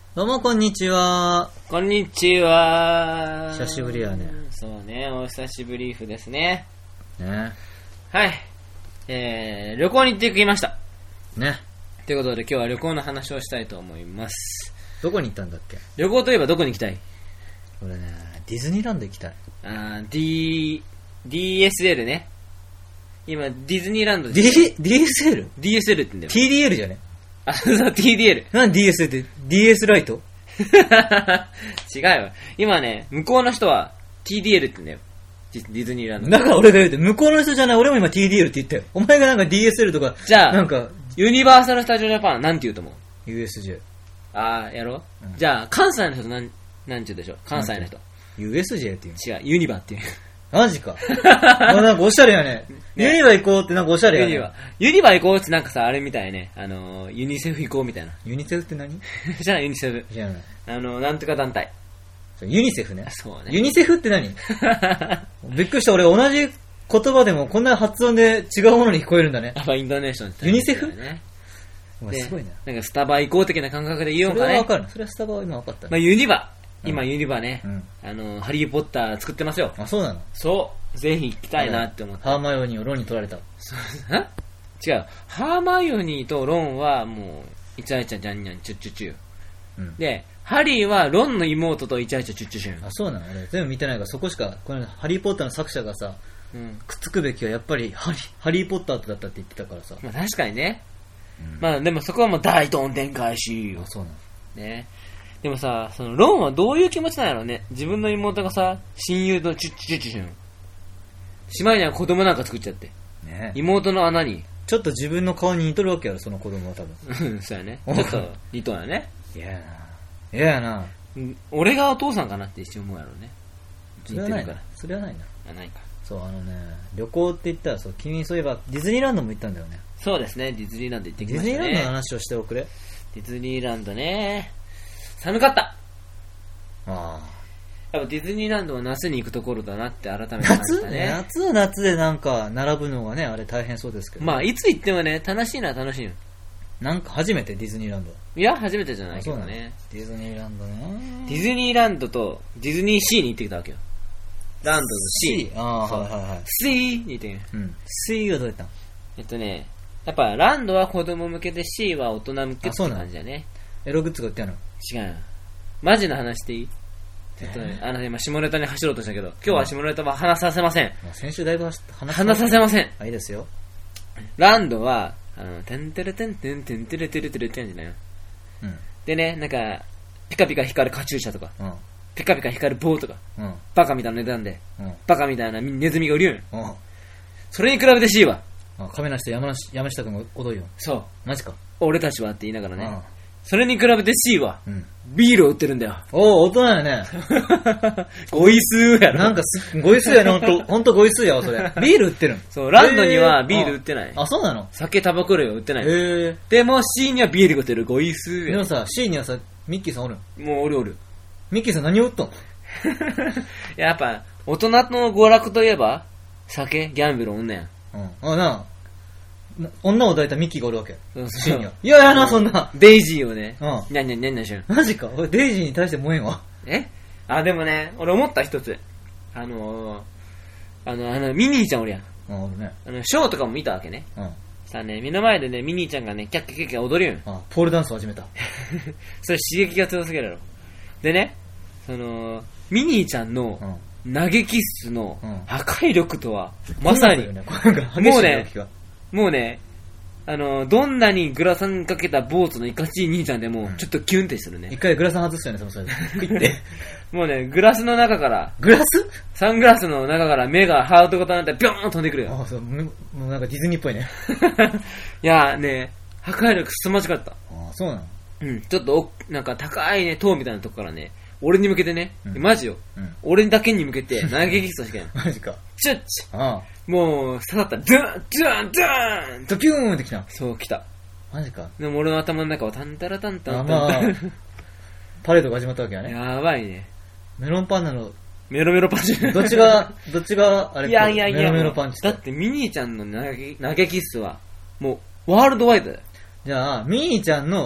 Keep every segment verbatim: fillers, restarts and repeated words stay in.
どうもこんにちは。 こんにちは。 久しぶりやね。 そうね、お久しぶりふですね。 ね。 はい。えー、旅行に行ってきました。 ね。 ということで今日は旅行の話をしたいと思います。 どこに行ったんだっけ？ 旅行といえばどこに行きたい？ 俺ね、ディズニーランド行きたい。 あー、D、ディーエスエル ね。今、ディズニーランドで D、ディーエスエル？ ディーエスエル って言うんだよ。 ティーディーエル じゃね？ あ、そう、ティーディーエル。 なんで ディーエスエル って ディーエス ライト？ 違うわ。今ね、向こうの人は ティーディーエル って言うんだよ。ディズニーランド。 だから俺が言うて、向こうの人じゃない、俺も今 ティーディーエル って言ったよ。お前がなんか ディーエスエル とか、 じゃあ、 なんか、 ユニバーサル・スタジオ・ジャパンなんて言うと思う？ ユーエスジェー。 あー、やろう、 うん、 じゃあ、関西の人なん、なんちゅうでしょ？関西の人。 ユーエスジェー っていう違う、ユニバっていう。 マジか。あ、なんかおしゃれやね。ね、ユニバ行こうってなんかおしゃれやね。 ユニバ。ユニバ行こうってなんかさ、あれみたいね。あの、ユニセフ行こうみたいな。 ユニセフって何？ じゃない、ユニセフ。 じゃない。 あの、なんとか団体。 ユニセフね。 そうね。 ユニセフって何？びっくりした。俺同じ言葉でもこんな発音で違うものに聞こえるんだね。 やっぱインドネーションって、 ユニセフね。 すごいね。 なんかスタバ行こう的な感覚で言おうかね。 それはわかる。それはスタバは今わかった、ね。 まあユニバ。今、 うん、 ユニバね、うん、あの、ハリーポッター作ってますよ。 あ、そうなの？ そう。ぜひ行きたいなって思って。 ハーマイオニーをロンに取られた。 違う。ハーマイオニーとロンはもう、イチャイチャジャンニャンチュッチュチュ、うん。で、ハリーはロンの妹とイチャイチャチュッチュチュ。 あ、そうなの？俺全部見てないからそこしか、このハリーポッターの作者がさ、うん、くっつくべきはやっぱりハリ、ハリーポッターだったって言ってたからさ。 まあ確かにね。うん、まあでもそこはもう大どんでん返し。 あ、そうなの？ ね。でもさ、そのロンはどういう気持ちなんやろうね。自分の妹がさ、親友とチュッチュチュチュン。しまいには子供なんか作っちゃって。ね、妹の穴に。 ちょっと自分の顔に似とるわけやろ、その子供は多分。 うん、そうやね。ちょっと似とんやね。 嫌やな。嫌やな。 俺がお父さんかなって一瞬思うやろうね。 それはないな。それはないな。 あ、ないか。 そう、あのね、旅行って言ったらそう、君そういえばディズニーランドも行ったんだよね。 そうですね、ディズニーランド行ってきましたね。 ディズニーランドの話をしておくれ。 ディズニーランドね。寒かった。 ああ。 やっぱディズニーランドは夏に行くところだなって改めて感じたね。 夏夏は夏でなんか並ぶのがね、あれ大変そうですけど。 まあいつ行ってもね、楽しいのは楽しいよ。 なんか初めてディズニーランド。 いや、初めてじゃないけどね。 ディズニーランドね。 ディズニーランドとディズニーシーに行ってきたわけよ。ランドとシー。 ああ、はいはいはい。 シーに行ってきた。 うん。シーはどうやったん？ えっとね、やっぱランドは子供向けで シーは大人向けって感じだね。 エログッズが売ってあるの？ 違う。マジな話していい？えっとね、あの今下ネタに走ろうとしたけど、今日は下ネタは話させません。 まあ、先週だいぶ話話させません。 あ、いいですよ。 ランドは、あの、てんてれてんてんてんてれてれてれてんじゃないよ。うん。でね、なんか、ピカピカ光るカチューシャとか、うん、ピカピカ光る棒とか、うん、バカみたいな値段で、うん、バカみたいなネズミが売るよ。うん。それに比べて シー は、 あ、亀梨と山梨山下くんが踊るよ。 そう。 マジか。 俺たちはって言いながらね。うん、それに比べて シー は、うん、ビールを売ってるんだよ。 おー、大人やね。 ごいすーやろ。 なんかす、ごいすーやね、ほんと。ほんとごいすーやわ、それ。ビール売ってるん？ そう、ランドにはビール売ってない。 あ、そうなの？ 酒、タバコ類は売ってない。 へー。 でも シー にはビールが売ってる。ごいすーや。 でもさ、シー にはさ、ミッキーさんおるん？もうおるおる。 ミッキーさん何を売っとん？ やっぱ、大人の娯楽といえば、酒、ギャンブル、女やん。 うん。あ、なあ。女を抱いたミッキーがおるわけ。 そうそう。 いやいやな、そんな。 デイジーをね。 うん。 にゃんにゃんにゃんにゃんしゅん。 マジか。俺、デイジーに対して燃えんわ。 えあ、でもね、俺思った一つ。あのー、あの、あの、ミニーちゃんおるやん。 うん、おるね。 あの、ショーとかも見たわけね。うん。さあね、目の前でね、ミニーちゃんがね、キャッキャキャッキャ踊るよ。 あ、ポールダンスを始めた。 それ刺激が強すぎるやろ。でね、その、ミニーちゃんの、投げキッスの破壊力とは、まさに、 もうね、もうね、あの、どんなにグラサンかけた坊主のいかちい兄ちゃんでも、ちょっとキュンってするね。 一回グラサン外すよね、そのそれ。ピッて。 もうね、グラスの中から、 グラス？ サングラスの中から目がハート型になってビョーン飛んでくるよ。 あ、そう、もうなんかディズニーっぽいね。 いやーね、破壊力すさまじかった。 ああ、そうなの？ うん、ちょっとお、なんか高いね、塔みたいなとこからね、俺に向けてね、うん、マジよ、うん、俺だけに向けて投げキッスをしてんマジか。 チュッチああもう、刺さったら、ドゥンドゥンドゥンドキューンってきた。 そう、来た。 マジか。 でも俺の頭の中はタンタラタンタンタンタン。 あ、まあ、パレードが始まったわけやね。 やばいね。 メロンパンナの、 メロメロパンチ。 どっちが、どっちが、あれ、 いやいやいや、 メロメロパンチ。 だってミニーちゃんの投げ、投げキッスは、もう、ワールドワイドだよ。 じゃあ、ミニーちゃんの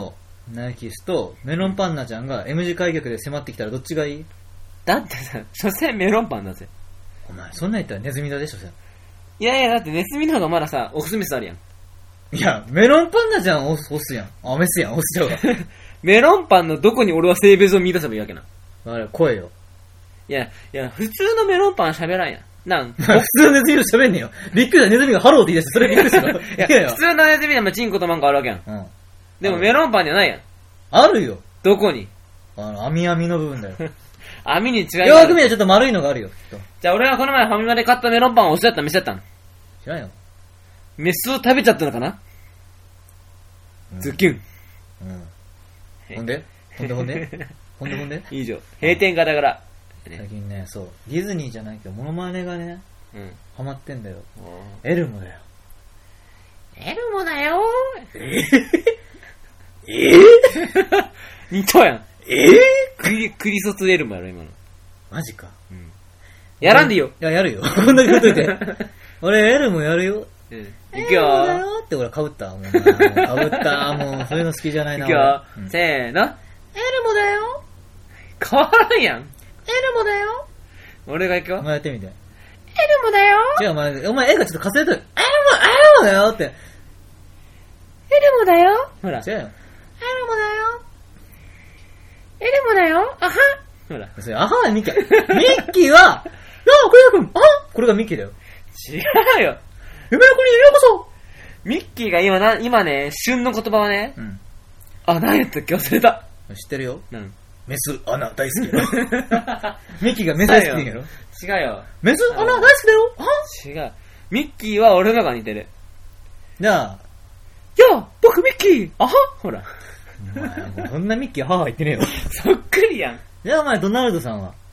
ナイキスとメロンパンナちゃんが M 字開脚で迫ってきたらどっちがいい？ だってさ、所詮メロンパンだぜ。 お前、そんなん言ったらネズミだで、所詮。 いやいや、だってネズミの方がまださ、オスメスあるやん。 いや、メロンパンナちゃんオス、オスやん。あ、メスやん、オスちゃうわ。 メロンパンのどこに俺は性別を見出せばいいわけな。 あれ、声よ。 いや、いや、普通のメロンパン喋らんやん。なん、 普通のネズミと喋んねえよ。びっくりした、ネズミがハローって言い出して、それびっくりした。いや、いやいや普通のネズミはチンコとマンコあるわけやん。うん。でもメロンパンにはないやん。 あるよ。 どこに？ あの、網網の部分だよ。 網に違いがある。 よーく見はちょっと丸いのがあるよ、きっと。 じゃあ俺がこの前ファミマで買ったメロンパンをオスやったメスやったの？ 知らんよ。 メスを食べちゃったのかな、うん、ズキュン。 うん。ほんでほんでほんでほんでほんで以上。閉店ガラガラ。 最近ね、そう。ディズニーじゃないけど、モノマネがね、うん、ハマってんだよ。エルモだよ。 エルモだよー。えぇ、えぇ似たやん。 えぇ、 クリ、クリソツエルモやろ、今の。 マジか。 うん。やらんでいいよ。 いや、やるよ。こんだけ言っといて。俺、エルモやるよ。 うん。いくよー。 だよって俺、かぶった。もう、かぶった。もう、そういうの好きじゃないな。 いくよー。 うん、 せーの。エルモだよ。変わらんやん。エルモだよ。俺が行くよ。 お前やってみて。エルモだよ。 違う、お前、お前、絵がちょっとかすれてる。エルモ、エルモだよって。エルモだよ。ほら。 違うよ。エルモだよ。エルモだよ。あは。ほら。 それ、あははミッキー。ミッキーは、なあ、小屋君、あこれがミッキーだよ。 違うよ。 夢の国にようこそ。 ミッキーが今な、今ね、旬の言葉はね、うん。あ、何やったっけ忘れた。 知ってるよ。 うん。 メス、アナ大好きだよ。ミッキーがメス大好きだよ。 違うよ。 メス、アナ大好きだよ。 違う。ミッキーは俺のが似てる。 じゃあ、 いや、僕ミッキーあはほら。 お前、そんなミッキーはは言ってねえよ。 そっくりやん。 じゃあお前、ドナルドさんは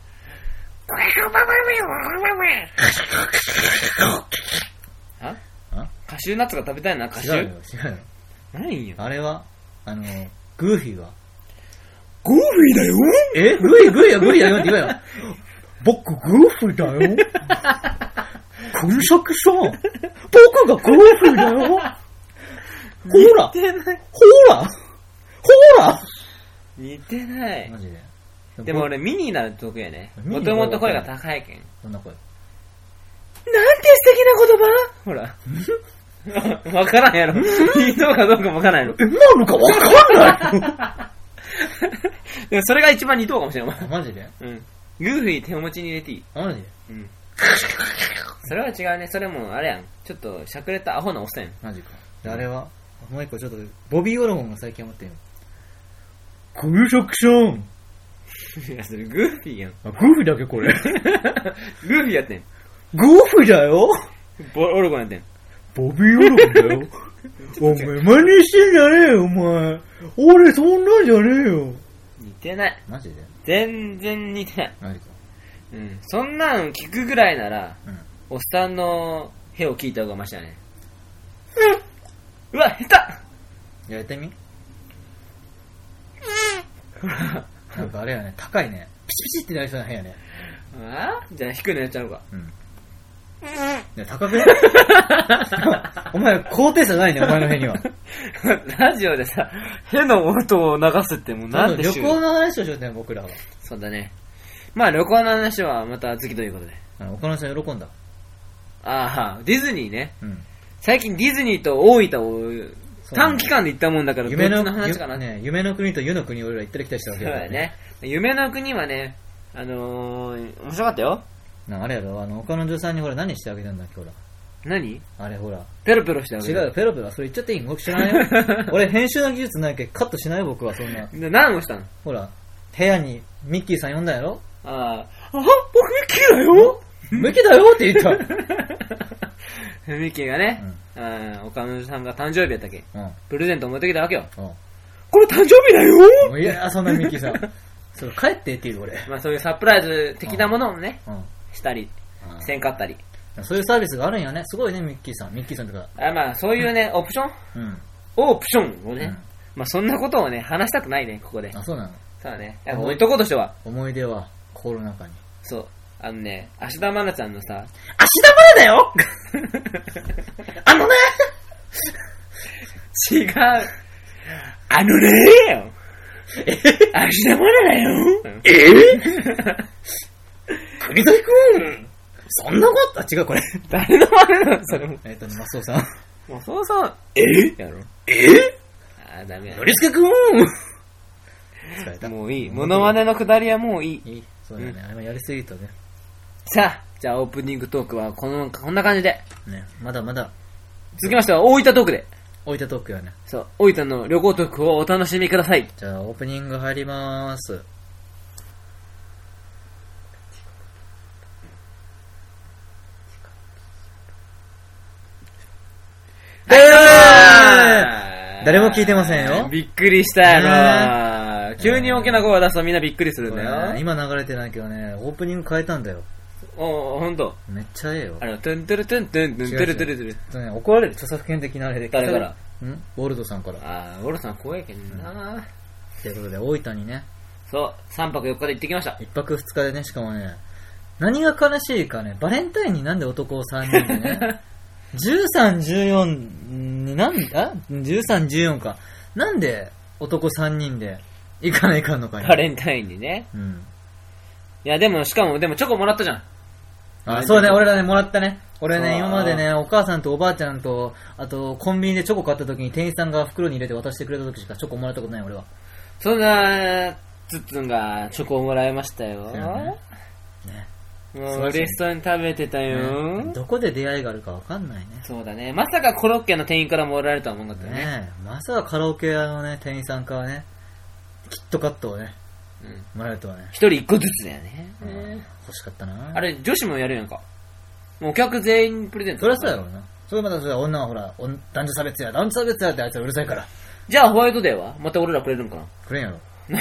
ああカシューナッツが食べたいな、カシュー。 違うよ、違うよ。 何よ。 あれは、あの、グーフィーはグーフィーだよえグーフィー、グーフィーはグーフィーだよって言えよ。僕、グーフィーだよ。くしゃくしゃ。僕がグーフィーだよ。ほら似てない。 ほらほら似てない。 マジで。 でも俺ミニになると得やね。もともと声が高いけん。 どんな声？ なんて素敵な言葉ほら。わからんやろ。いいのかどうかもわからんやろ。 え、なのかわかんないでもそれが一番似とうかもしれない。 マジで？ うん。グーフィー手持ちに入れていい？ マジで？ うん。それは違うね。それもあれやん。ちょっとしゃくれたアホなおっさんやん。 マジか。あれはもう一個ちょっと、ボビー・オロゴンが最近思ってんよ。コミュショクション。 いや、それグーフィーやん。 あ、グーフィーだっけこれ。 グーフィーやってん。 グーフィーだよボオロゴンやってん。 ボビー・オロゴンだよ。お前、真似してんじゃねえよ、お前。俺、そんなんじゃねえよ。 似てない。マジで？ 全然似てない。 マジか。 うん。そんなん聞くぐらいなら、うん、おっさんの屁を聞いた方がマシだね。うん。うわ、下手やってみなんかあれやね、高いね。ピチピチってなりそうな部屋ね。 あじゃあ低いのやっちゃうか。うん。 いや、高くねお前、高低差ないね、お前の部屋には。 ラジオでさ、への音を流すってもうなんで旅行の話をしようね、僕らは。 そうだね。まあ旅行の話はまた次ということで。 あの、岡野さん喜んだ。 ああ、ディズニーね。うん。最近ディズニーと大分を短期間で行ったもんだから、 夢のどっちの話かな。 ね、夢の国と湯の国を俺ら行ったり来たりしたわけだからね。そうだね。夢の国はね、あのー、面白かったよ。 なあれやろ、あの、岡野女さんにほら何してあげたんだっけ、ほら。 何あれほら。 ペロペロしてあげる。 違うよ、ペロペロ。それ言っちゃっていいの僕知らないよ。俺編集の技術ないけどカットしないよ、僕はそんな。 で、何をしたの？ ほら、部屋にミッキーさん呼んだやろ？ ああ。あ、僕ミッキーだよミッキーだよって言った。 ミッキーがね、うん、岡野さんが誕生日やったっけ、うん、プレゼントを持ってきたわけよ。うん、これ誕生日だよいや、そんなミッキーさん。それ帰ってって言う俺。 まあそういうサプライズ的なものをね、うん、したり、せんかったり。 そういうサービスがあるんやね。すごいね、ミッキーさん。ミッキーさんとか。 あまあそういうね、オプション、うん、オプションをね、うん、まあそんなことをね、話したくないね、ここで。 あ、そうなの？ そうだね。置いとこうとしては。 思い出は心の中に。 そう。あのね、芦田愛菜ちゃんのさ、 芦田愛菜だよあのね違う。 あのねーよ。え明日までだよ。 えぇ栗崎くんそんなこと、あ、違うこれ。 誰の真似なのそれも。 えっとね、マスオさん。 マスオさん。えやろ。 えあー、ダメや。 ノリスケくん疲れた。 もういい。モノマネのくだりはもういい。 いい。そうだよね。あれもやりすぎるとね。 さあ、じゃあオープニングトークはこの、こんな感じで。 ね、まだまだ。 続きましては大分トークで。 大分トークやね。 そう、大分の旅行トークをお楽しみください。 じゃあ、オープニング入りまーす。えー、誰も聞いてませんよ。 びっくりしたやろ。急に大きな声を出すとみんなびっくりするんだよ。 今流れてないけどね、オープニング変えたんだよ。 おほんと。 めっちゃええよ。 あれ、トゥントゥルトゥントゥントゥントゥルトゥルトゥル。 ちょっとね、怒られる著作権的なあれで。 誰から？ んウォルドさんから。 あー、ウォルドさん怖いけどな。 ということで、大分にね。 そう、さんぱくよっかで行ってきました。 いっぱくふつかでね、しかもね、何が悲しいかね、バレンタインになんで男さんにんでね、じゅうさん、じゅうよんになんだ ?じゅうさん、じゅうよんか。なんで男さんにんで行かないかんのかね。 バレンタインにね。 うん。 いや、でも、しかも、でもチョコもらったじゃん。 あ、そうね、俺らね、もらったね。俺ね、今までね、お母さんとおばあちゃんと、あと、コンビニでチョコ買った時に店員さんが袋に入れて渡してくれた時しかチョコもらったことない、俺は。 そんな、つっつんがチョコをもらいましたよ。 ね。ね。 もう嬉しそうに食べてたよ、 ね。どこで出会いがあるかわかんないね。 そうだね。まさかコロッケの店員からもらえるとは思わなかったよね。 ねえ。まさかカラオケ屋のね、店員さんからね、キットカットをね、うん、もらえるとはね。 一人一個ずつだよね。 うん、欲しかったな。 あれ、女子もやるやんか。もうお客全員プレゼント。 そりゃそうやろうな。それまたそれは女はほら、男女差別や、男女差別やってあいつらうるさいから。 じゃあホワイトデーはまた俺らくれるんかなくれんやろ。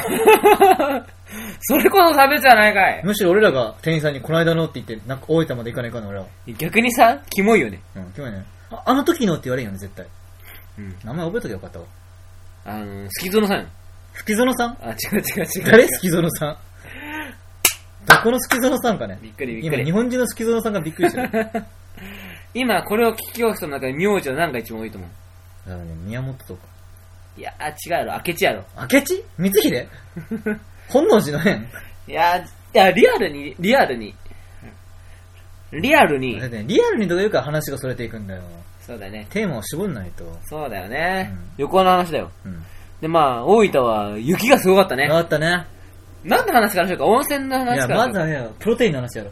それこそ差別じゃないかい。 むしろ俺らが店員さんにこの間のって言って、なんか大分まで行かないかんの俺は。 逆にさ、キモいよね。 うん、キモいね。あ、あの時のって言われんよね、絶対。うん。名前覚えときゃよかったわ。 あの、スキゾノさんやん。 スキゾノさん？ あ、違う違う違う。 誰スキゾノさん？どこのスキゾノさんかね。 びっくりびっくり。 今日本人のスキゾノさんがびっくりしてる。 今これを聞きよう人の中で名字は何が一番多いと思う？ だからね、宮本とか。 いやー、違うやろ。明智やろ。 明智？光秀？本能寺の変？ いやー、いや、リアルに、リアルに。リアルに。 だってね、リアルにどういうか話がそれていくんだよ。 そうだね。 テーマを絞んないと。 そうだよね。 うん、 旅行の話だよ。 うん。 で、まあ、大分は雪がすごかったね。 すごかったね。 何の話からしようか。温泉の話からしようか。 いや、まずはね、プロテインの話やろ。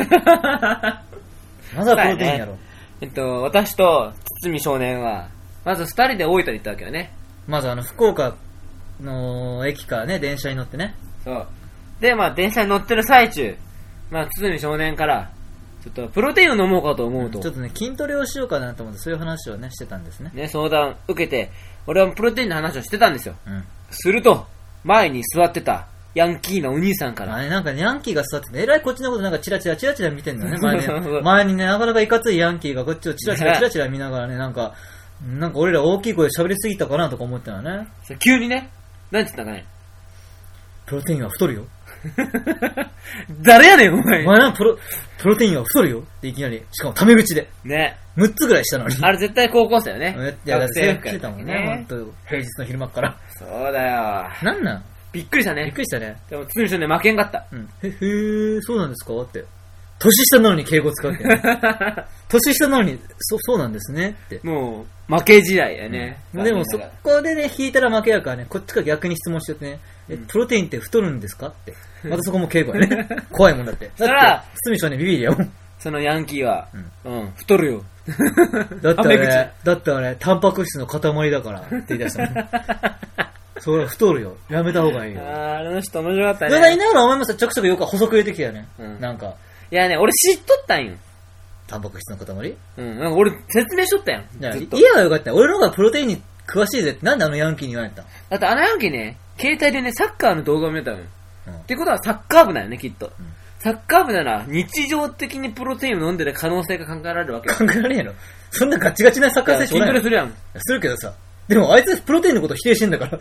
まずはプロテインやろ。 ね、えっと、私と堤少年は、まず二人で大分に行ったわけよね。 まずあの、福岡の駅からね、電車に乗ってね。 そう。で、まあ、電車に乗ってる最中、まあ、堤少年から、ちょっと、プロテインを飲もうかと思うと。 ちょっとね、筋トレをしようかなと思って、そういう話をね、してたんですね。 ね、相談受けて、俺はプロテインの話をしてたんですよ。 うん。 すると、前に座ってた、ヤンキーなお兄さんから。 あれなんかね、ヤンキーが座ってて、えらいこっちのことなんかチラチラチラチラ見てんだよね、前ね。前にね、なかなかいかついヤンキーがこっちをチラチラチラチラ見ながらね、なんか、なんか俺ら大きい声で喋りすぎたかなとか思ってたのね。 急にね、なんて言ったかね。 プロテインは太るよ。 誰やねん、お前。 お前な、プロ、プロテインは太るよっていきなり。しかもタメ口で。 ね。 むっつぐらいしたのに。 あれ絶対高校生よね。 いや、学生服してたもんね。ほんと、平日の昼間っから。 そうだよ。 なんなんびっくりしたね。 びっくりしたね。 でも、つみしょんね、負けんかった。 うん。へ、へー、そうなんですかって。年下なのに敬語使うって、ね。年下なのに、そ、そうなんですねって。 もう、負け試合やね。 うん、でもそこでね、引いたら負けやからね、こっちから逆に質問しちゃってね、え、プロテインって太るんですかって。またそこも敬語やね。怖いもんだって。 だから、 堤少年ビビりやもん。 そのヤンキーは、うん、うん、太るよ。 だってあれ、だってあれ、タンパク質の塊だからって言い出したもん。それは太るよ。やめた方がいいよ。 あー、あの人面白かったね。 だから言いながらお前もさ、ちょくちょくよく補足入れてきたよね。うん。なんか。 いやね、俺知っとったんよ。 タンパク質の塊？ うん。なんか俺説明しとったやん。 いや、いやがよかったよ。俺の方がプロテインに詳しいぜって、なんであのヤンキーに言われたの？ だってあのヤンキーね、携帯でね、サッカーの動画を見たのよ。うん、ってことはサッカー部だよね、きっと。うん、サッカー部なら日常的にプロテインを飲んでる可能性が考えられるわけよ。 考えられんやろ。そんなガチガチなサッカー選手おらんやろ。 筋トレするやん。 するけどさ。でもあいつプロテインのこと否定してんだから。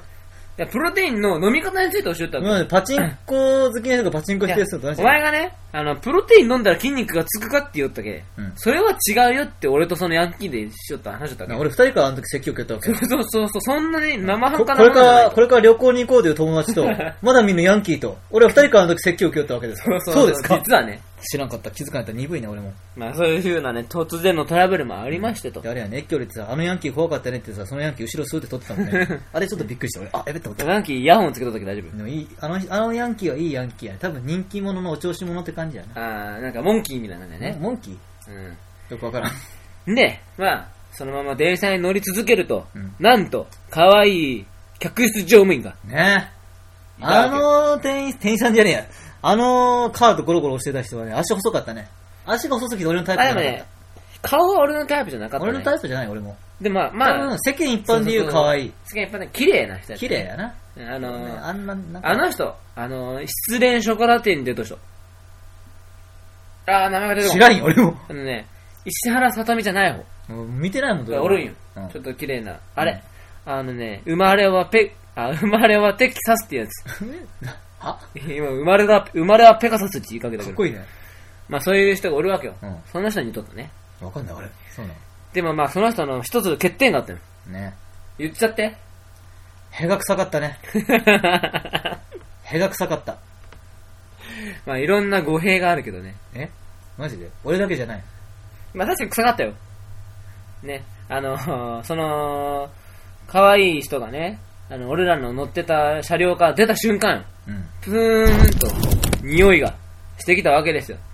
いや、プロテインの飲み方について教えたら。パチンコ好きな人がパチンコしてる人と同じ。 お前がね、あの、プロテイン飲んだら筋肉がつくかって言ったけ、うん、それは違うよって俺とそのヤンキーでしよった話しとったわけ。 俺二人からあの時説教受けたわけ。 そうそうそう、そんなに生半可なこれから、これから旅行に行こうという友達と、まだ見ぬヤンキーと、俺は二人からあの時説教受けたわけです。 そうそうそう。そうですか。実はね。 知らんかった。気づかなかった。鈍いね、俺も。 まあそういう風なね、突然のトラブルもありましてと。 うん、あれやね、越境率さ、あのヤンキー怖かったねってさ、そのヤンキー後ろスーって撮ってたもんね。あれちょっとびっくりした。俺、あ、やべって思った。 ヤンキーイヤホンつけた時大丈夫？ でもいい、あの、あのヤンキーはいいヤンキーやね。多分人気者のお調子者って感じやね。 あー、なんかモンキーみたいなんだよね。 モンキー？うん。よくわからん。 で、まあ、そのまま電車に乗り続けると、うん、なんと、可愛い客室乗務員が。 ねえ。あの店員、店員さんじゃねえや。あのカードゴロゴロしてた人はね、足細かったね。足が細すぎて俺のタイプじゃなかった。 あ、でもね、顔は俺のタイプじゃなかった、ね。 俺のタイプじゃない、俺も。 で、まあ、まあ。多分世間一般で言う可愛い。 世間一般で綺麗な人やった、ね。 綺麗やな。 あのー、 ね、あんな、なんかあの人、あのー、失恋ショコラティエに出た人。あー、名前が出てこない。知らんよ、俺も。 あのね、石原さとみじゃない方。 見てないもん、 おるんよ。うん、ちょっと綺麗な。あれ、うん、あのね、生まれはペ、あ、生まれはテキサスってやつ。 は今、生まれは、生まれはペガサスって言いかけたけど。 かっこいいね。 まあそういう人がおるわけよ。 うん、 その人にとってね。 わかんない、あれ。そうなの。 でもまあその人の一つ欠点があったよ。 ね。 言っちゃって。 へが臭かったね。へが臭かった。 まあいろんな語弊があるけどね。 えマジで俺だけじゃない。 まあ確かに臭かったよ。ね。あの、その、可愛い人がね、あの、俺らの乗ってた車両から出た瞬間、うん、プーンと匂いがしてきたわけですよ。うん、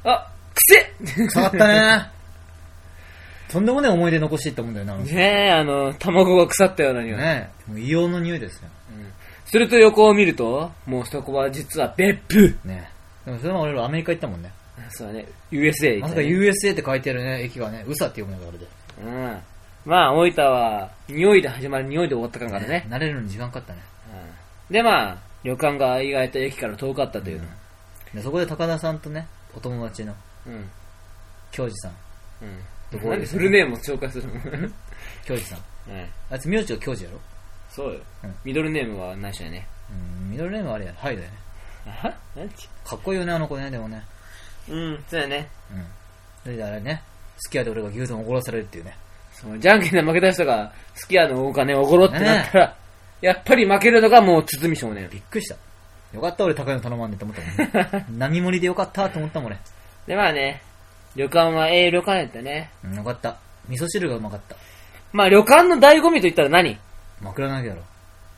あ、くせ臭かったね。とんでもねえ思い出残しいって思うんだよな。 ねえ、あの、卵が腐ったような匂い。 ねえ、もう硫黄の匂いですよ。 うん。すると横を見ると、もうそこは実は別府。 ねえ。でもそれも俺らアメリカ行ったもんね。 そうだね。ユーエスエー 行った、ね。 まさか ユーエスエー って書いてあるね、駅がね、ウサって読むのがあれで。 うん。まあ、大分は、匂いで始まる匂いで終わったかんからね。 ね慣れるのに時間かかったね。 うん。で、まあ、旅館が意外と駅から遠かったというの。 うん、でそこで高田さんとね、お友達の、うん。京二さん。 うん。どこなんでフルネームを紹介するの京二さん。 うん。 あいつ名字は京二やろ？ そうよ。うん。ミドルネームは内緒やね。 うん、ミドルネームはあれやね。はいだよね。 はなんちかっこいいよね、あの子ね、でもね。 うん、そうやね。 うん。それであれね、好きやで俺が牛丼をおごらされるっていうね。 そう、じゃんけんで負けた人が好きやのお金をおごろってなったら、ね、やっぱり負けるのがもう堤少年。 びっくりした。よかった俺高いの頼まんでって思ったもんね。並盛りでよかったって思ったもん俺。 でまあね、旅館はええ旅館やったね。 うん、よかった。味噌汁がうまかった。 まあ旅館の醍醐味と言ったら何？ 枕投げやろ。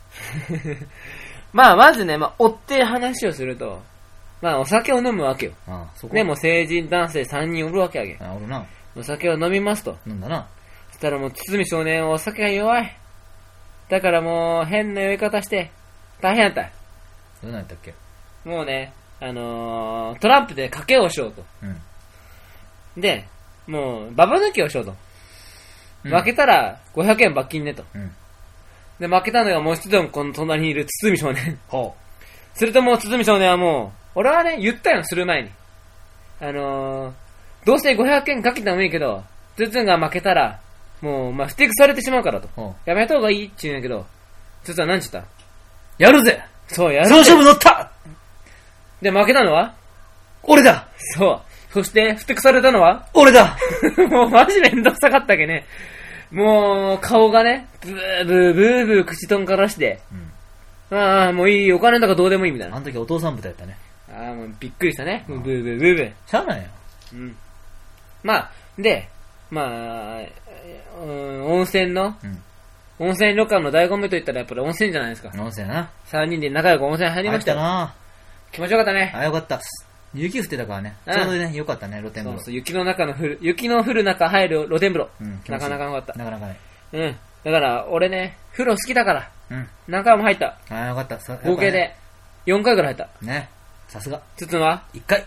まあまずね、まあ追って話をすると、まあお酒を飲むわけよ。 ああ、そこ。 でも成人男性さんにんおるわけやけ。 ああ、おるな。 お酒を飲みますと。 飲んだな。 そしたらもう堤少年はお酒が弱い。だからもう変な酔い方して大変やった。 どうなんやったっけ？ もうね、あのー、トランプで賭けをしようと。うん、で、もうババ抜きをしようと。うん、負けたらごひゃくえん罰金ねと。うん、で、負けたのがもう一度この隣にいる堤少年。ほう。するともう堤少年はもう、俺はね、言ったよ、する前に。あのー、どうせごひゃくえんかけてもいいけど、ツツンが負けたら、もう、まあ、不適されてしまうからと。やめた方がいいって言うんやけど、ツツンは何ち言った？ やるぜ！ そう、やるぜ！ その勝負乗った！ で、負けたのは俺だ！ そう。そして、不適されたのは俺だ！ もうマジめんどくさかったっけね。もう、顔がね、ブーブーブーブー口とんからして、うん、ああ、もういい、お金とかどうでもいいみたいな。 あの時お父さん豚やったね。 ああ、もうびっくりしたね。ブーブーブーブーブー。 しゃあないよ。 うん。まあ、で、まあ、うん、温泉の、うん、温泉旅館の醍醐味といったらやっぱり温泉じゃないですか。 温泉やな。 さんにんで仲良く温泉入りましたよ。 入ったな。 気持ちよかったね。 あ、よかった。雪降ってたからね。ちょうどね、よかったね、露天風呂。 そうそう、雪の中の降る、雪の降る中入る露天風呂。うん、なかなかよかった。 なかなかね。 うん。だから、俺ね、風呂好きだから。うん。何回も入った。 あ、よかった。 合計でよんかいぐらい入った。 ね。さすが。 つつんはいっかい。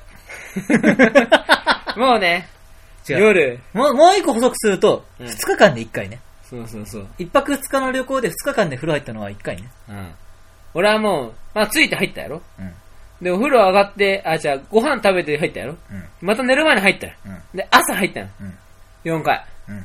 もうね、夜。 もう、もう一個補足すると、ふつかかんでいっかいね。 そうそうそう。 いっぱくふつかの旅行でふつかかんで風呂入ったのはいっかいね。 うん。俺はもう、まあ、ついて入ったやろ。うん。で、お風呂上がって、あ、じゃあ、ご飯食べて入ったやろ。うん。また寝る前に入ったよ。うん。で、朝入ったの。うん。よんかい。うん。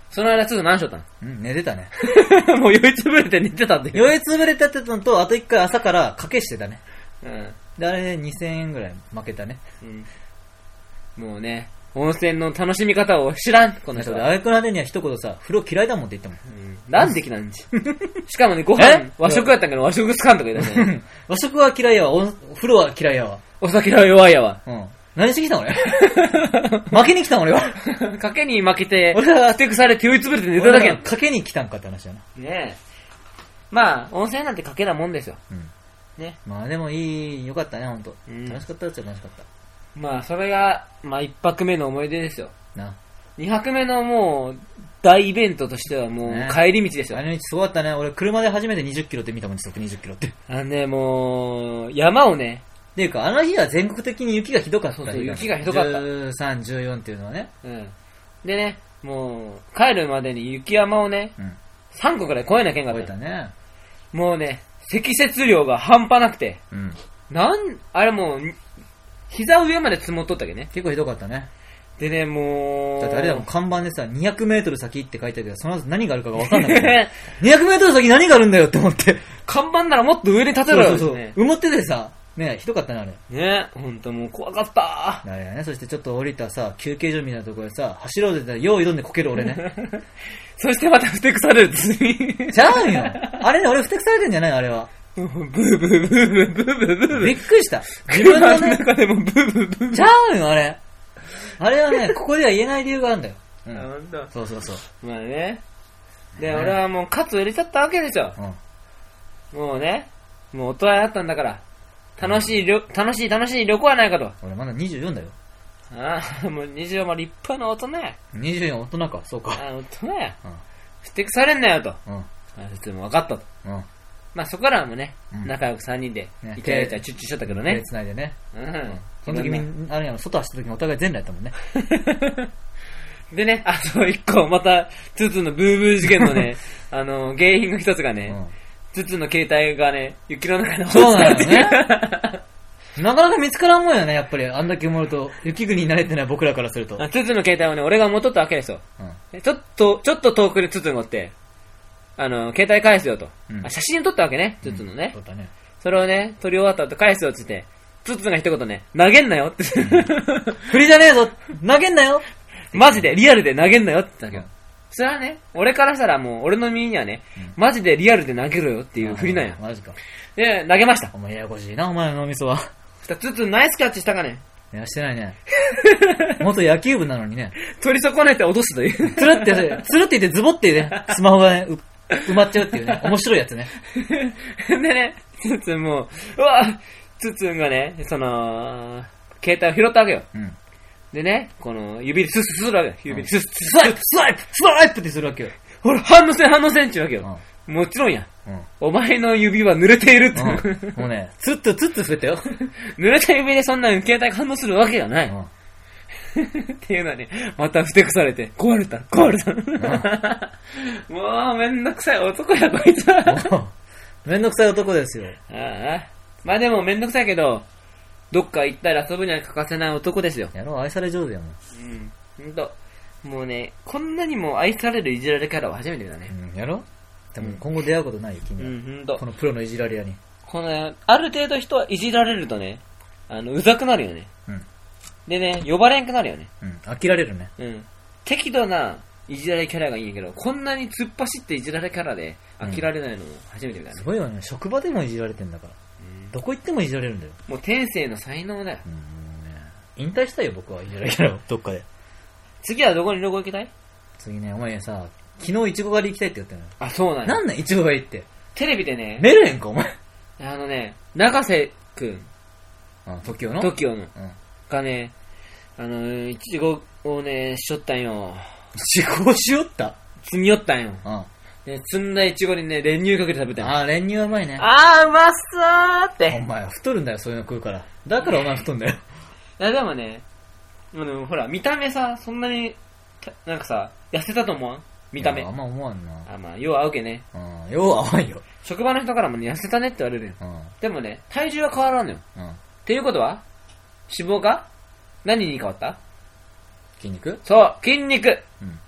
その間ちょっと何しとったの？ うん、寝てたね。 もう酔いつぶれて寝てたんだよ。 酔いつぶれてたのと、あと一回朝から賭けしてたね。 うん。 で、あれでにせんえんぐらい負けたね。 うん。もうね、温泉の楽しみ方を知らん、この人は。 あれくらいには一言さ、風呂嫌いだもんって言ったもん。 うん。なんできなんじ。しかもね、ご飯、和食やったんけど和食すかんとか言ったね。 和食は嫌いやわ、お風呂は嫌いやわ。 お酒は弱いやわ。 うん。何してきたん俺負けに来たん俺は。 賭けに負けて、俺はふてくされて酔いつぶれて寝ただけやん。 賭けに来たんかって話やな。 ねえ。まあ、温泉なんて賭けなもんですよ。うん。ね。 まあでもいい、よかったね、ほんと。うん、楽しかったっちゃ楽しかった。 まあ、それが、まあ一泊目の思い出ですよ。 な。 二泊目のもう、大イベントとしてはもう、帰り道ですよ。 帰り道すごかったね。俺車で初めてにじゅっキロって見たもん、時速にじゅっキロって。 あのね、もう、山をね、 っていうか、あの日は全国的に雪がひどかった。そうそう、雪がひどかった。 じゅうさん、じゅうよんっていうのはね。 うん。でね、もう、帰るまでに雪山をね、うん、さんこくらい越えなきゃいけなかった。 越えたね。 もうね、積雪量が半端なくて、うん、なん、あれもう、膝上まで積もっとったっけね。 結構ひどかったね。 でね、もう。 だってあれだもん、看板でさ、にひゃくメートル先って書いてあるけど、その後何があるかがわかんないから、にひゃくメートル先何があるんだよって思って。 看板ならもっと上に立てろよ、ね。そうそうそう。埋もっててさ、ねえ、ひどかったね、あれ。 ねえ、ほんともう怖かったあれやね、そしてちょっと降りたさ、休憩所みたいなところでさ、走ろうぜってよう挑んでこける俺ね。 そしてまたふてくされるってちゃうんよ。あれね、俺ふてくされてんじゃないあれは。 ブーブーブーブーブーブーブーブー。 びっくりした。 自分の中でもブーブーブーブー。 ちゃうんよ、あれ。あれはね、ここでは言えない理由があるんだよ。うん。ほんと。そうそうそう。 まあね。で、俺はもうカツを入れちゃったわけですよ。うん。もうね、もう大人だったんだから。楽しい、楽しい、楽しい旅行はないかと。 俺まだにじゅうよんだよ。 ああ、もうにじゅうよんも立派な大人や。 にじゅうよん大人か、そうか。 ああ、大人や。うん。ふてくされんなよと。うん。普通も分かったと。うん。まあそこからもね、うん、仲良くさんにんで、イチャイチャチュッチュしちゃったけどね。 手繋いでね。うん。その時みんな、あれやろ、外走った時もお互い全裸やったもんね。 でね、あと一個、また、ツツのブーブー事件のね、あの、原因の一つがね、うんツツの携帯がね、雪の中に落ちてそうなんよね。なかなか見つからんもんやね、やっぱり。あんだけ埋もると。雪国に慣れてない僕らからすると。 ツツの携帯をね、俺が持っとったわけですよ。うん、ちょっと、ちょっと遠くでツツに乗って、あの、携帯返すよと。うん、写真撮ったわけね、ツツのね。うん、撮ったね。それをね、撮り終わった後返すよって言って、ツツが一言ね、投げんなよって。うん、 振りじゃねえぞ投げんなよマジで、リアルで投げんなよって言ったわけど。それはね、俺からしたらもう、俺の耳にはね、うん、マジでリアルで投げろよっていう振りなんや。 マジか。 で、投げました。 お前ややこしいな、お前の脳みそは。 そしたら、ツツナイスキャッチしたかね。 いや、してないね。元野球部なのにね。 取り損ねて落とすという。 つるって、つるって言ってズボってね、スマホがね、埋まっちゃうっていうね、面白いやつね。 でね、ツツもう、うわツツがね、その、携帯を拾ったわけよ。うんでね、この、指でスッスするわけよ。指でスッススワイプスワイプスワイプってするわけよ。ほら、反応せん反応せんって言うわけよ。うん、もちろんや、うん。お前の指は濡れているって。 うん、もうね、ツッとツッと触れたよ。 濡れた指でそんな携帯が反応するわけがない。うん、っていうのはね、またふてくされて、壊れた、壊れた。うん、もう、めんどくさい男や、こいつは。 めんどくさい男ですよ。 ああ。まあでもめんどくさいけど、どっか行ったら遊ぶには欠かせない男ですよ。 やろう、愛され上手やもん。 うん。ほんと。もうね、こんなにも愛されるいじられキャラは初めてだね。 うん、やろでも今後出会うことないよ、君は。うん、ほんと。このプロのいじられ屋に。 このね、ある程度人はいじられるとね、あの、うざくなるよね。うん。でね、呼ばれんくなるよね。 うん。飽きられるね。 うん。適度ないじられキャラがいいんやけど、こんなに突っ走っていじられキャラで飽きられないのも初めてだね。 すごいよね。職場でもいじられてんだから。どこ行ってもいじられるんだよ。 もう天性の才能だよ。うんね、 引退したいよ、僕はいじられキャラを、どっかで。 次はどこに旅行行きたい？ 次ね、お前さ、昨日いちご狩り行きたいって言ったのよ。 あ、そうなんや。 なんなんいちご狩りって。 テレビでね。 メルヘンか、お前。 あのね、中瀬くん。 あ、トキオのトキオの。うん。がね、あの、いちごをね、しょったんよ。 いちごをしよった積み寄ったんよ。うん。で、積んだいちごにね、練乳かけて食べたんよ。 あー、練乳はうまいね。 あー、うまそうって。 お前、太るんだよ、そういうの食うから。だからお前太んだよ。 いや、でもね、でもほら、見た目さ、そんなに、なんかさ、痩せたと思わん見た目。 あんま思わんな。 あ、まあ、よう合うけね。 うん、よう合わんよ。 職場の人からもね、痩せたねって言われるよ。うん。でもね、体重は変わらんのよ。うん。っていうことは脂肪か何に変わった？ 筋肉？ そう、筋肉。うん。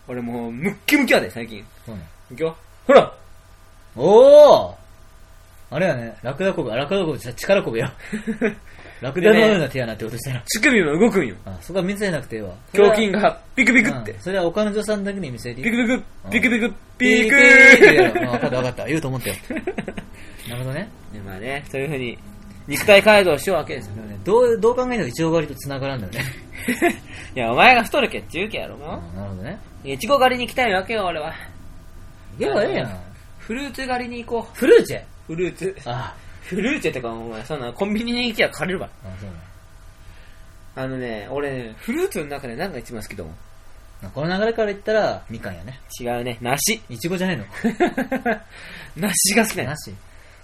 俺もうムッキムキやで最近。 そうね。 いくよ。ほらおーあれやね、ラクダこぶ、ラクダこぶじゃ力こぶよ。ラクダのような手やなってことしたら。 乳首も動くんよ。 あ、そこは見せなくてええわ。 胸筋がピクピクって。 うん、それは岡野女さんだけに見せて。 ピクピク、ピクピク、ピークーって。分かった分かった。言うと思ったよ。なるほどね。 でまあね、そういう風に肉体改造しようわけですよ。 どう、どう考えてもイチゴ狩りと繋がらんだよね。 いや、お前が太るけって言うけやろもう。なるほどね。 いちご狩りに行きたいわけよ、俺は。 いや、ええやん。 フルーツ狩りに行こう。 フルーチェフルーツ。 ああ。 フルーツってか、お前、そんなコンビニに行きゃ借りるわ。 ああ、そうね。 あのね、俺ね、フルーツの中で何が一番好きだもん。 この流れから言ったら、みかんやね。 違うね、梨。 いちごじゃないの梨が好きだよ。 梨。 梨梨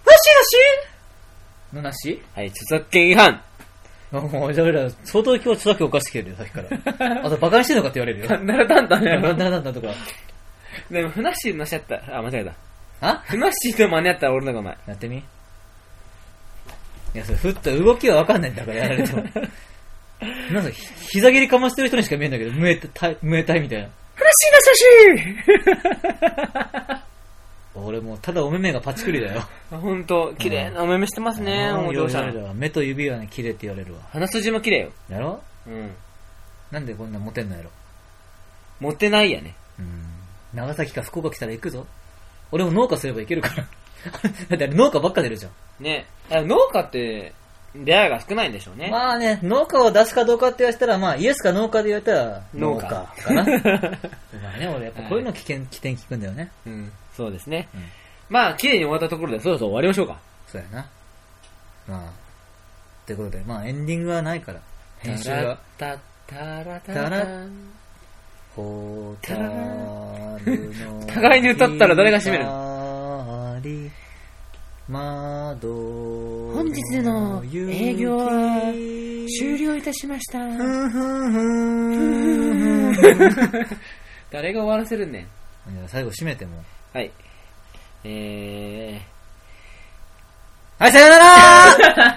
の梨はい、著作権違反。 もう、じゃあ俺ら、相当今日著作権おかしくてるよ、さっきから。あと、バカにしてんのかって言われるよ。 なんだらだんだね。 なんだらだんだんとか。 でも、ふなっしーの梨やったら、あ、間違えた。 あふなっしーの真似やったら俺のがお前。 やってみ。いや、それ、ふっと動きはわかんないんだから、やられても。なんか、膝蹴りかましてる人にしか見えんだけど、無えたい、無えたいみたいな。 ふなっしーの写真俺もう、ただお目目がパチクリだよ。 ほんと、綺麗なお目目してますね、お嬢さん。 目と指はね、綺麗って言われるわ。 鼻筋も綺麗よ。 やろうん。 なんでこんなモテんのやろ。 モテないやね。 うん。長崎か福岡来たら行くぞ。俺も農家すれば行けるから。だってあれ農家ばっか出るじゃん。 ね。農家って、出会いが少ないんでしょうね。 まあね、農家を出すかどうかって言われたら、まあイエスかノーかで言われたら、農家かな。まあね、俺やっぱこういうの危険、起点聞くんだよね。 うん、そうですね。うん、まあ、綺麗に終わったところで、そろそろ終わりましょうか。 そうやな。まあ、ってことで、まあエンディングはないから。編集は。 タタラタラタラホタルの互いに歌ったら誰が締めるの？ 窓本日の営業は終了いたしました。誰が終わらせるんねん。 最後締めても。 はい。えー。 はい、さよならー